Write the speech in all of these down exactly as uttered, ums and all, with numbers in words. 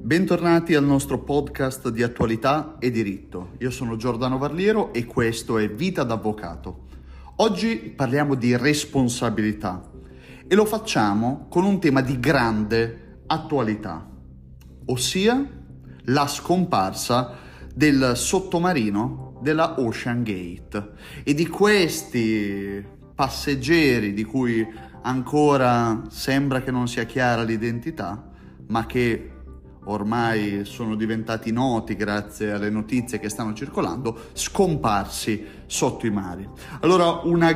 Bentornati al nostro podcast di attualità e diritto. Io sono Giordano Varliero e questo è Vita d'Avvocato. Oggi parliamo di responsabilità e lo facciamo con un tema di grande attualità, ossia la scomparsa del sottomarino della Ocean Gate e di questi passeggeri di cui ancora sembra che non sia chiara l'identità, ma che ormai sono diventati noti grazie alle notizie che stanno circolando, scomparsi sotto i mari. Allora, una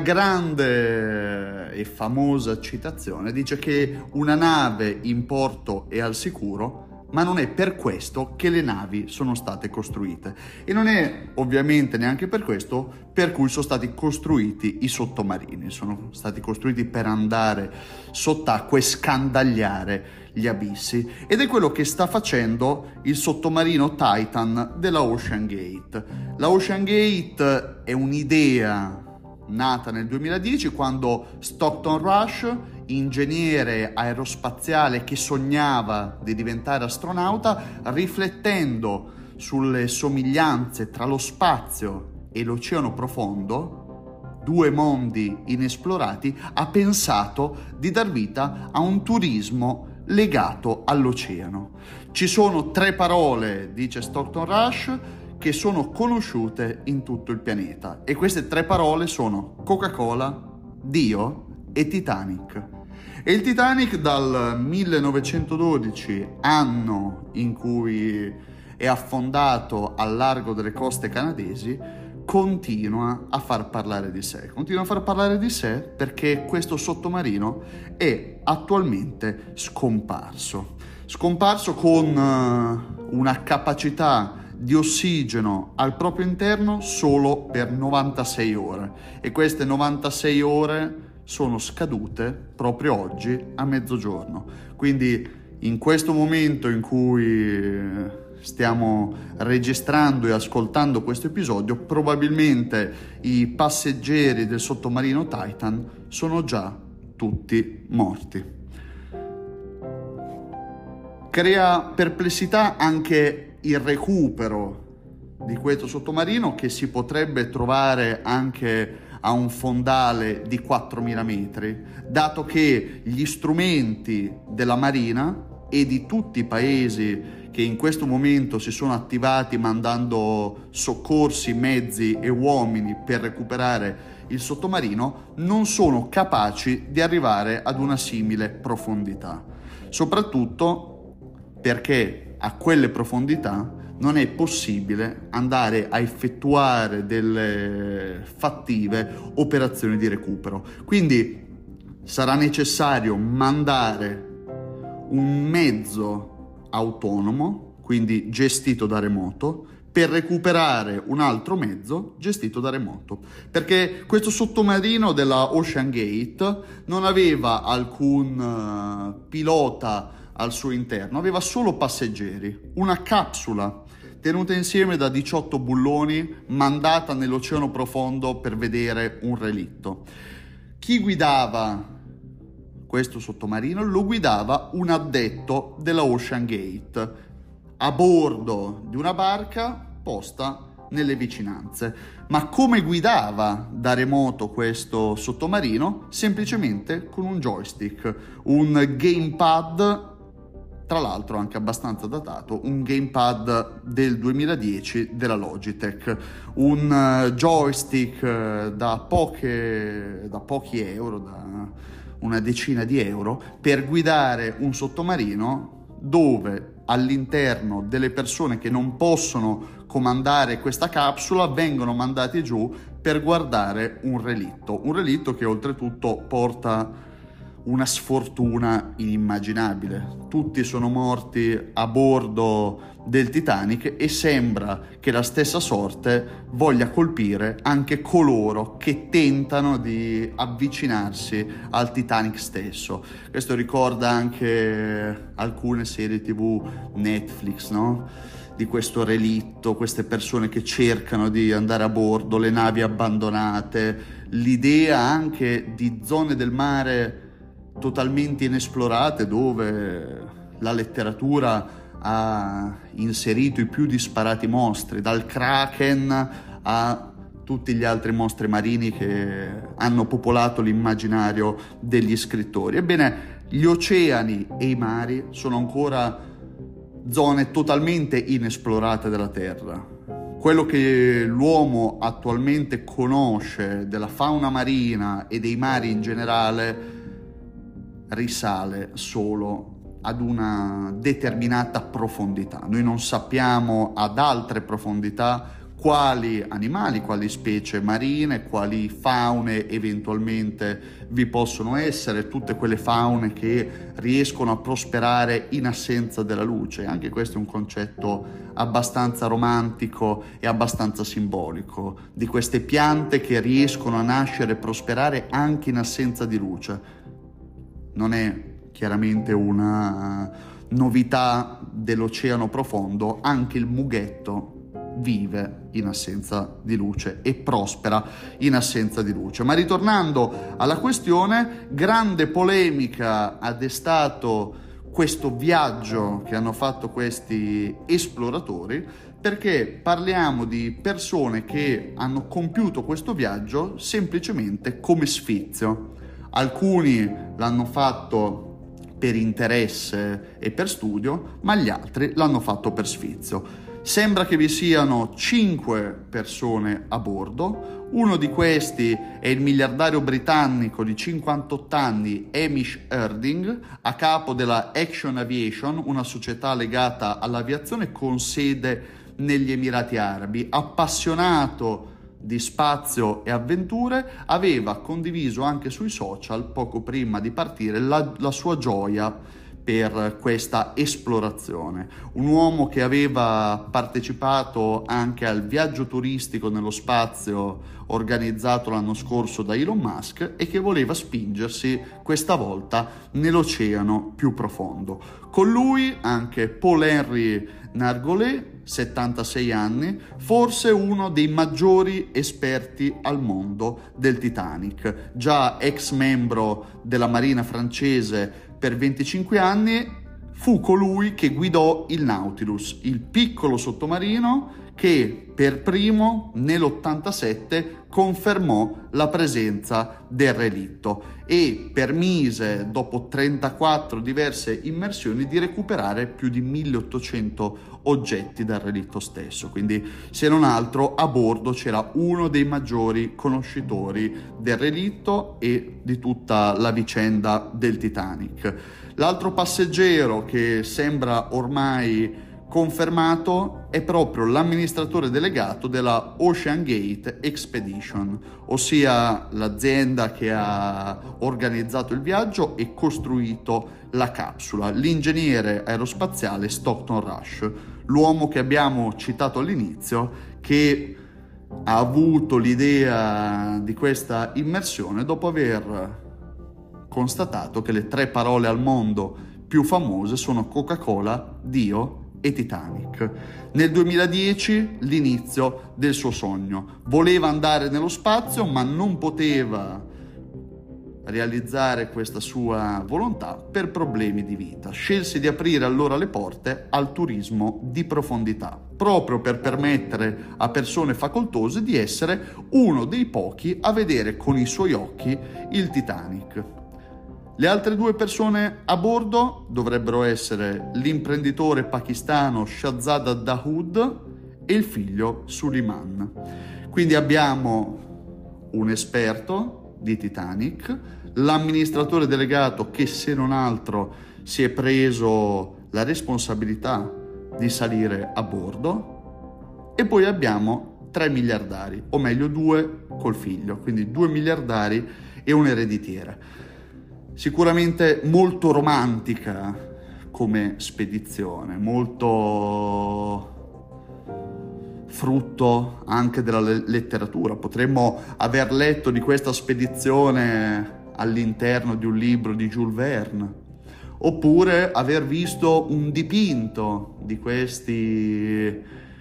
grande e famosa citazione dice che una nave in porto è al sicuro, ma non è per questo che le navi sono state costruite. E non è ovviamente neanche per questo per cui sono stati costruiti i sottomarini. Sono stati costruiti per andare sott'acqua e scandagliare gli abissi. Ed è quello che sta facendo il sottomarino Titan della Ocean Gate. La Ocean Gate è un'idea nata nel duemiladieci quando Stockton Rush, ingegnere aerospaziale che sognava di diventare astronauta, riflettendo sulle somiglianze tra lo spazio e l'oceano profondo, due mondi inesplorati, ha pensato di dar vita a un turismo legato all'oceano. Ci sono tre parole, dice Stockton Rush, che sono conosciute in tutto il pianeta, e queste tre parole sono Coca-Cola, Dio e Titanic. E il Titanic dal millenovecentododici, anno in cui è affondato al largo delle coste canadesi, continua a far parlare di sé. Continua a far parlare di sé perché questo sottomarino è attualmente scomparso. Scomparso con uh, una capacità di ossigeno al proprio interno solo per novantasei ore. E queste novantasei ore sono scadute proprio oggi a mezzogiorno. Quindi in questo momento in cui stiamo registrando e ascoltando questo episodio, probabilmente i passeggeri del sottomarino Titan sono già tutti morti. Crea perplessità anche il recupero di questo sottomarino, che si potrebbe trovare anche a un fondale di quattromila metri, dato che gli strumenti della Marina e di tutti i paesi che in questo momento si sono attivati mandando soccorsi, mezzi e uomini per recuperare il sottomarino non sono capaci di arrivare ad una simile profondità, soprattutto perché a quelle profondità non è possibile andare a effettuare delle fattive operazioni di recupero. Quindi sarà necessario mandare un mezzo autonomo, quindi gestito da remoto, per recuperare un altro mezzo gestito da remoto, perché questo sottomarino della Ocean Gate non aveva alcun uh, pilota al suo interno, aveva solo passeggeri, una capsula tenuta insieme da diciotto bulloni, mandata nell'oceano profondo per vedere un relitto. Chi guidava questo sottomarino? Lo guidava un addetto della Ocean Gate a bordo di una barca posta nelle vicinanze. Ma come guidava da remoto questo sottomarino? Semplicemente con un joystick, un gamepad, tra l'altro anche abbastanza datato, un gamepad del duemiladieci della Logitech, un joystick da poche, da pochi euro, da una decina di euro, per guidare un sottomarino dove all'interno delle persone che non possono comandare questa capsula vengono mandati giù per guardare un relitto, un relitto che oltretutto porta una sfortuna inimmaginabile. Tutti sono morti a bordo del Titanic e sembra che la stessa sorte voglia colpire anche coloro che tentano di avvicinarsi al Titanic stesso. Questo ricorda anche alcune serie tivù Netflix, no? Di questo relitto, queste persone che cercano di andare a bordo, le navi abbandonate, l'idea anche di zone del mare totalmente inesplorate dove la letteratura ha inserito i più disparati mostri, dal Kraken a tutti gli altri mostri marini che hanno popolato l'immaginario degli scrittori. Ebbene, gli oceani e i mari sono ancora zone totalmente inesplorate della Terra. Quello che l'uomo attualmente conosce della fauna marina e dei mari in generale risale solo ad una determinata profondità. Noi non sappiamo ad altre profondità quali animali, quali specie marine, quali faune eventualmente vi possono essere, tutte quelle faune che riescono a prosperare in assenza della luce. Anche questo è un concetto abbastanza romantico e abbastanza simbolico, di queste piante che riescono a nascere e prosperare anche in assenza di luce. Non è chiaramente una novità dell'oceano profondo, anche il mughetto vive in assenza di luce e prospera in assenza di luce. Ma ritornando alla questione, grande polemica ha destato questo viaggio che hanno fatto questi esploratori, perché parliamo di persone che hanno compiuto questo viaggio semplicemente come sfizio. Alcuni l'hanno fatto per interesse e per studio, ma gli altri l'hanno fatto per sfizio. Sembra che vi siano cinque persone a bordo. Uno di questi è il miliardario britannico di cinquantotto anni Hamish Harding, a capo della Action Aviation, una società legata all'aviazione con sede negli Emirati Arabi. Appassionato di spazio e avventure, aveva condiviso anche sui social poco prima di partire la, la sua gioia per questa esplorazione. Un uomo che aveva partecipato anche al viaggio turistico nello spazio organizzato l'anno scorso da Elon Musk e che voleva spingersi questa volta nell'oceano più profondo. Con lui anche Paul Henry Nargeolet, settantasei anni, forse uno dei maggiori esperti al mondo del Titanic, già ex membro della Marina francese per venticinque anni. Fu colui che guidò il Nautilus, il piccolo sottomarino che per primo nell'ottantasette confermò la presenza del relitto e permise, dopo trentaquattro diverse immersioni, di recuperare più di milleottocento oggetti dal relitto stesso. Quindi, se non altro, a bordo c'era uno dei maggiori conoscitori del relitto e di tutta la vicenda del Titanic. L'altro passeggero che sembra ormai confermato è proprio l'amministratore delegato della Ocean Gate Expedition, ossia l'azienda che ha organizzato il viaggio e costruito la capsula, l'ingegnere aerospaziale Stockton Rush, l'uomo che abbiamo citato all'inizio, che ha avuto l'idea di questa immersione dopo aver constatato che le tre parole al mondo più famose sono Coca-Cola, Dio e Titanic. Nel duemiladieci l'inizio del suo sogno. Voleva andare nello spazio, ma non poteva realizzare questa sua volontà per problemi di vita. Scelse di aprire allora le porte al turismo di profondità, proprio per permettere a persone facoltose di essere uno dei pochi a vedere con i suoi occhi il Titanic. Le altre due persone a bordo dovrebbero essere l'imprenditore pakistano Shahzada Dawood e il figlio Suleiman. Quindi abbiamo un esperto di Titanic, l'amministratore delegato che, se non altro, si è preso la responsabilità di salire a bordo, e poi abbiamo tre miliardari, o meglio due col figlio, quindi due miliardari e un ereditiere. Sicuramente molto romantica come spedizione, molto frutto anche della letteratura. Potremmo aver letto di questa spedizione all'interno di un libro di Jules Verne, oppure aver visto un dipinto di questi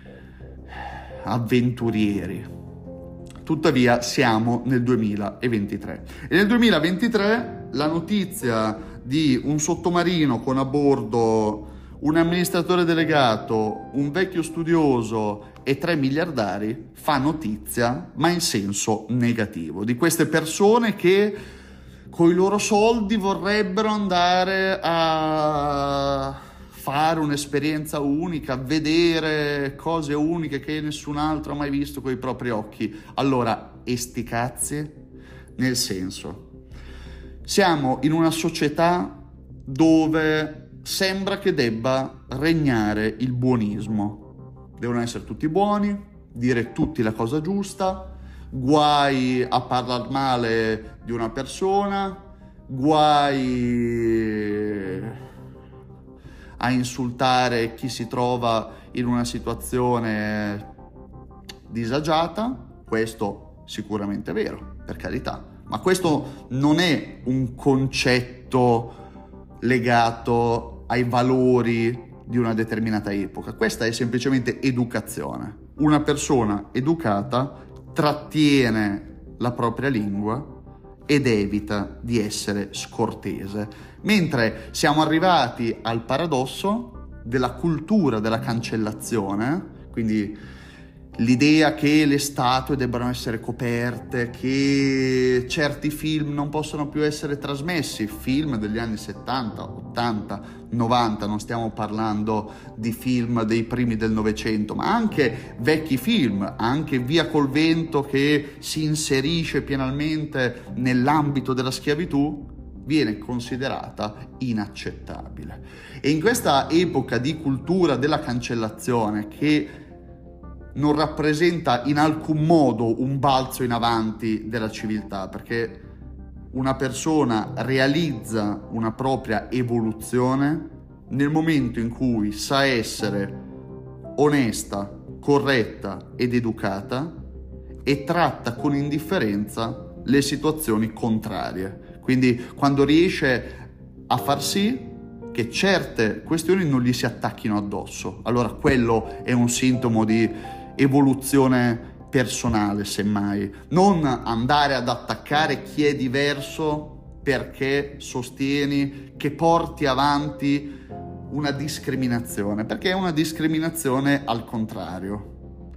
avventurieri. Tuttavia siamo nel duemilaventitré e nel duemilaventitré la notizia di un sottomarino con a bordo un amministratore delegato, un vecchio studioso e tre miliardari fa notizia, ma in senso negativo, di queste persone che con i loro soldi vorrebbero andare a fare un'esperienza unica, vedere cose uniche che nessun altro ha mai visto con i propri occhi. Allora, e sti cazzi? Nel senso, siamo in una società dove sembra che debba regnare il buonismo. Devono essere tutti buoni, dire tutti la cosa giusta, guai a parlare male di una persona, guai a insultare chi si trova in una situazione disagiata. Questo sicuramente è vero, per carità, ma questo non è un concetto legato ai valori di una determinata epoca. Questa è semplicemente educazione. Una persona educata trattiene la propria lingua ed evita di essere scortese, mentre siamo arrivati al paradosso della cultura della cancellazione, quindi l'idea che le statue debbano essere coperte, che certi film non possono più essere trasmessi, film degli anni settanta, ottanta, novanta, non stiamo parlando di film dei primi del Novecento, ma anche vecchi film, anche Via col vento che si inserisce pienamente nell'ambito della schiavitù, viene considerata inaccettabile. E in questa epoca di cultura della cancellazione, che non rappresenta in alcun modo un balzo in avanti della civiltà, perché una persona realizza una propria evoluzione nel momento in cui sa essere onesta, corretta ed educata e tratta con indifferenza le situazioni contrarie. Quindi quando riesce a far sì che certe questioni non gli si attacchino addosso, allora quello è un sintomo di evoluzione personale, semmai. Non andare ad attaccare chi è diverso perché sostieni che porti avanti una discriminazione, perché è una discriminazione al contrario.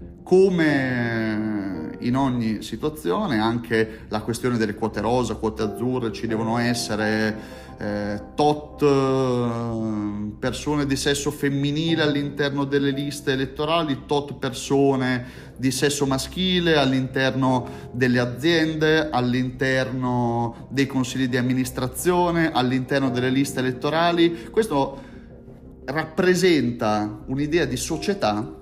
Come in ogni situazione, anche la questione delle quote rosa, quote azzurre, ci devono essere eh, tot eh, persone di sesso femminile all'interno delle liste elettorali, tot persone di sesso maschile all'interno delle aziende, all'interno dei consigli di amministrazione, all'interno delle liste elettorali. Questo rappresenta un'idea di società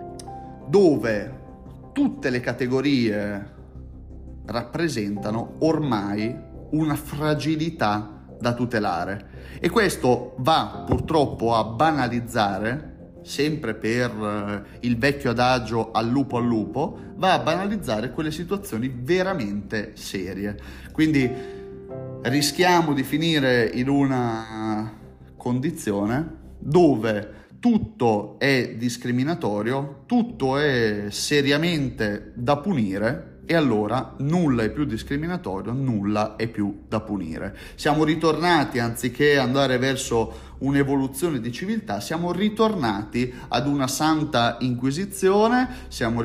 dove tutte le categorie rappresentano ormai una fragilità da tutelare, e questo va purtroppo a banalizzare, sempre per il vecchio adagio al lupo al lupo, va a banalizzare quelle situazioni veramente serie. Quindi rischiamo di finire in una condizione dove tutto è discriminatorio, tutto è seriamente da punire, e allora nulla è più discriminatorio, nulla è più da punire. Siamo ritornati, anziché andare verso un'evoluzione di civiltà, siamo ritornati ad una santa inquisizione, siamo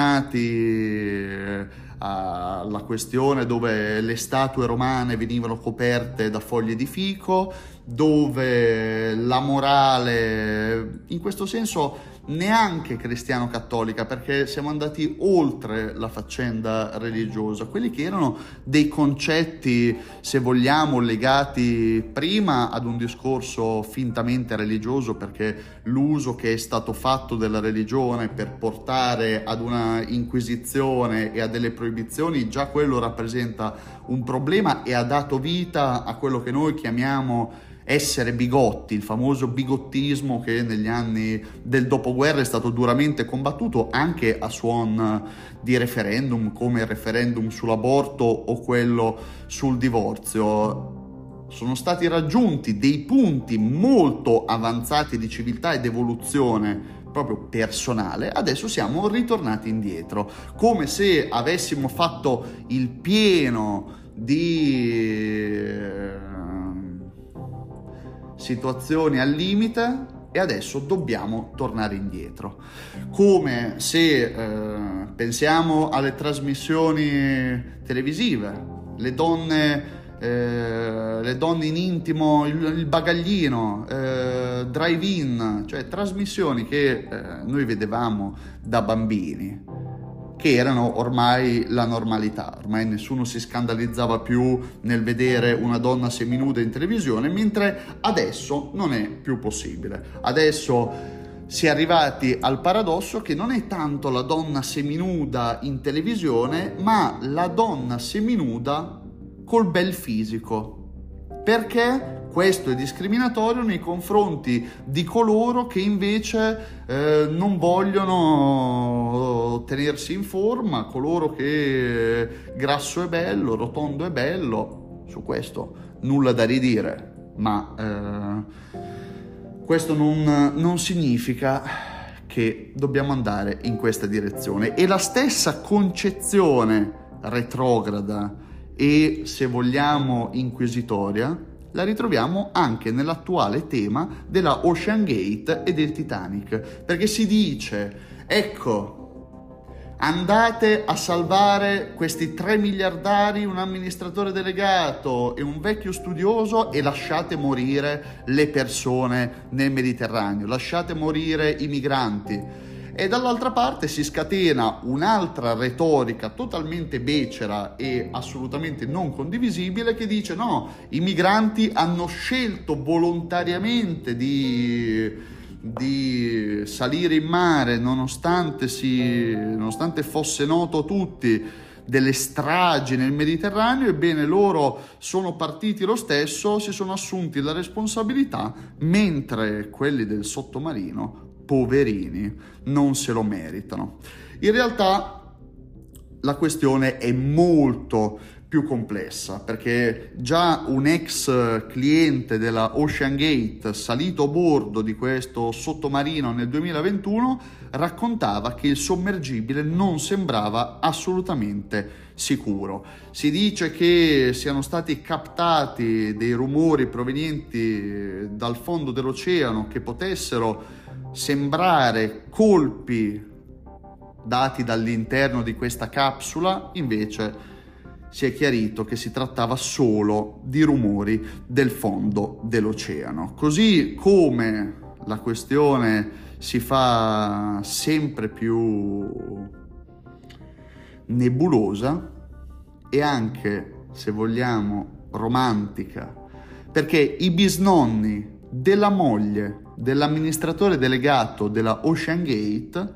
ritornati alla questione dove le statue romane venivano coperte da foglie di fico, dove la morale, in questo senso neanche cristiano-cattolica, perché siamo andati oltre la faccenda religiosa, quelli che erano dei concetti, se vogliamo, legati prima ad un discorso fintamente religioso, perché l'uso che è stato fatto della religione per portare ad una inquisizione e a delle proibizioni, già quello rappresenta un problema e ha dato vita a quello che noi chiamiamo essere bigotti, il famoso bigottismo che negli anni del dopoguerra è stato duramente combattuto anche a suon di referendum, come il referendum sull'aborto o quello sul divorzio. Sono stati raggiunti dei punti molto avanzati di civiltà ed evoluzione proprio personale, adesso siamo ritornati indietro, come se avessimo fatto il pieno di situazioni al limite e adesso dobbiamo tornare indietro. Come se eh, pensiamo alle trasmissioni televisive, le donne, eh, le donne in intimo, il, il bagaglino, eh, drive-in, cioè trasmissioni che eh, noi vedevamo da bambini, che erano ormai la normalità. Ormai nessuno si scandalizzava più nel vedere una donna seminuda in televisione, mentre adesso non è più possibile. Adesso si è arrivati al paradosso che non è tanto la donna seminuda in televisione, ma la donna seminuda col bel fisico. Perché? Questo è discriminatorio nei confronti di coloro che invece eh, non vogliono tenersi in forma, coloro che grasso è bello, rotondo è bello. Su questo nulla da ridire, ma eh, questo non, non significa che dobbiamo andare in questa direzione. E la stessa concezione retrograda e, se vogliamo, inquisitoria la ritroviamo anche nell'attuale tema della Ocean Gate e del Titanic, perché si dice: ecco, andate a salvare questi tre miliardari, un amministratore delegato e un vecchio studioso, e lasciate morire le persone nel Mediterraneo, lasciate morire i migranti. E dall'altra parte si scatena un'altra retorica totalmente becera e assolutamente non condivisibile, che dice: no, i migranti hanno scelto volontariamente di, di salire in mare nonostante, si, nonostante fosse noto a tutti delle stragi nel Mediterraneo. Ebbene, loro sono partiti lo stesso, si sono assunti la responsabilità, mentre quelli del sottomarino, poverini, non se lo meritano. In realtà la questione è molto più complessa, perché già un ex cliente della Ocean Gate, salito a bordo di questo sottomarino nel duemilaventuno, raccontava che il sommergibile non sembrava assolutamente sicuro. Si dice che siano stati captati dei rumori provenienti dal fondo dell'oceano che potessero sembrare colpi dati dall'interno di questa capsula. Invece si è chiarito che si trattava solo di rumori del fondo dell'oceano. Così come la questione si fa sempre più nebulosa e anche, se vogliamo, romantica, perché i bisnonni della moglie dell'amministratore delegato della Ocean Gate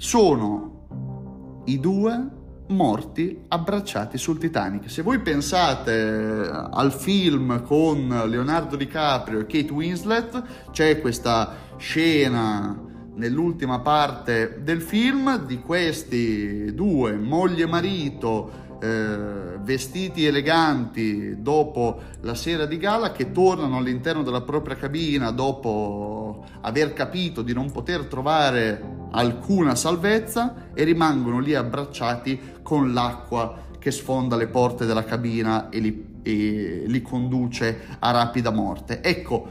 sono i due morti abbracciati sul Titanic. Se voi pensate al film con Leonardo DiCaprio e Kate Winslet, c'è questa scena nell'ultima parte del film di questi due, moglie e marito, Eh, vestiti eleganti dopo la sera di gala, che tornano all'interno della propria cabina dopo aver capito di non poter trovare alcuna salvezza, e rimangono lì abbracciati con l'acqua che sfonda le porte della cabina e li, e li conduce a rapida morte. Ecco,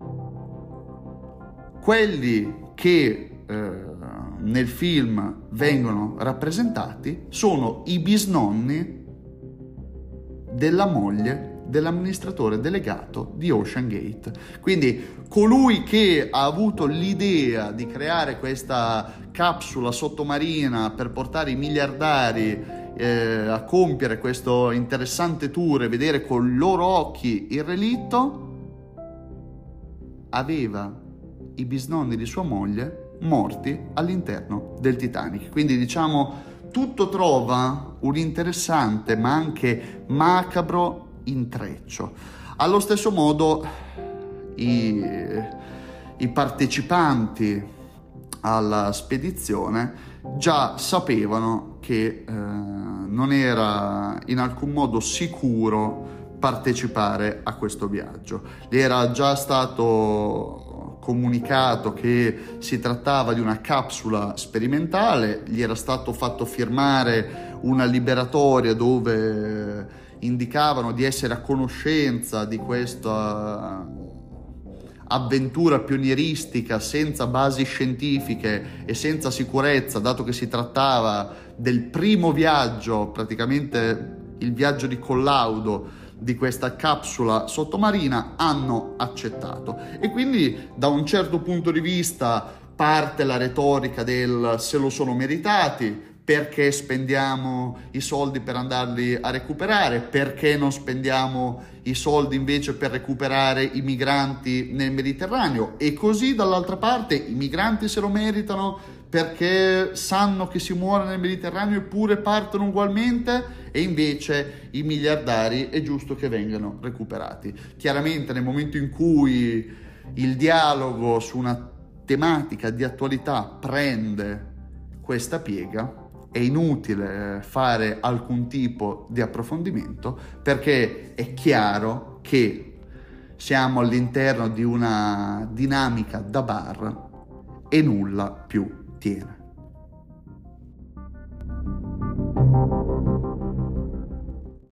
quelli che eh, nel film vengono rappresentati sono i bisnonni della moglie dell'amministratore delegato di Ocean Gate. Quindi colui che ha avuto l'idea di creare questa capsula sottomarina per portare i miliardari eh, a compiere questo interessante tour e vedere con i loro occhi il relitto, aveva i bisnonni di sua moglie morti all'interno del Titanic. Quindi, diciamo, tutto trova un interessante ma anche macabro intreccio. Allo stesso modo i, i partecipanti alla spedizione già sapevano che eh, non era in alcun modo sicuro partecipare a questo viaggio. Gli era già stato comunicato che si trattava di una capsula sperimentale, gli era stato fatto firmare una liberatoria dove indicavano di essere a conoscenza di questa avventura pionieristica senza basi scientifiche e senza sicurezza, dato che si trattava del primo viaggio, praticamente il viaggio di collaudo di questa capsula sottomarina, hanno accettato. E quindi da un certo punto di vista parte la retorica del se lo sono meritati, perché spendiamo i soldi per andarli a recuperare, perché non spendiamo i soldi invece per recuperare i migranti nel Mediterraneo, e così dall'altra parte i migranti se lo meritano perché sanno che si muore nel Mediterraneo eppure partono ugualmente, e invece i miliardari è giusto che vengano recuperati. Chiaramente nel momento in cui il dialogo su una tematica di attualità prende questa piega, è inutile fare alcun tipo di approfondimento, perché è chiaro che siamo all'interno di una dinamica da bar e nulla più tiene.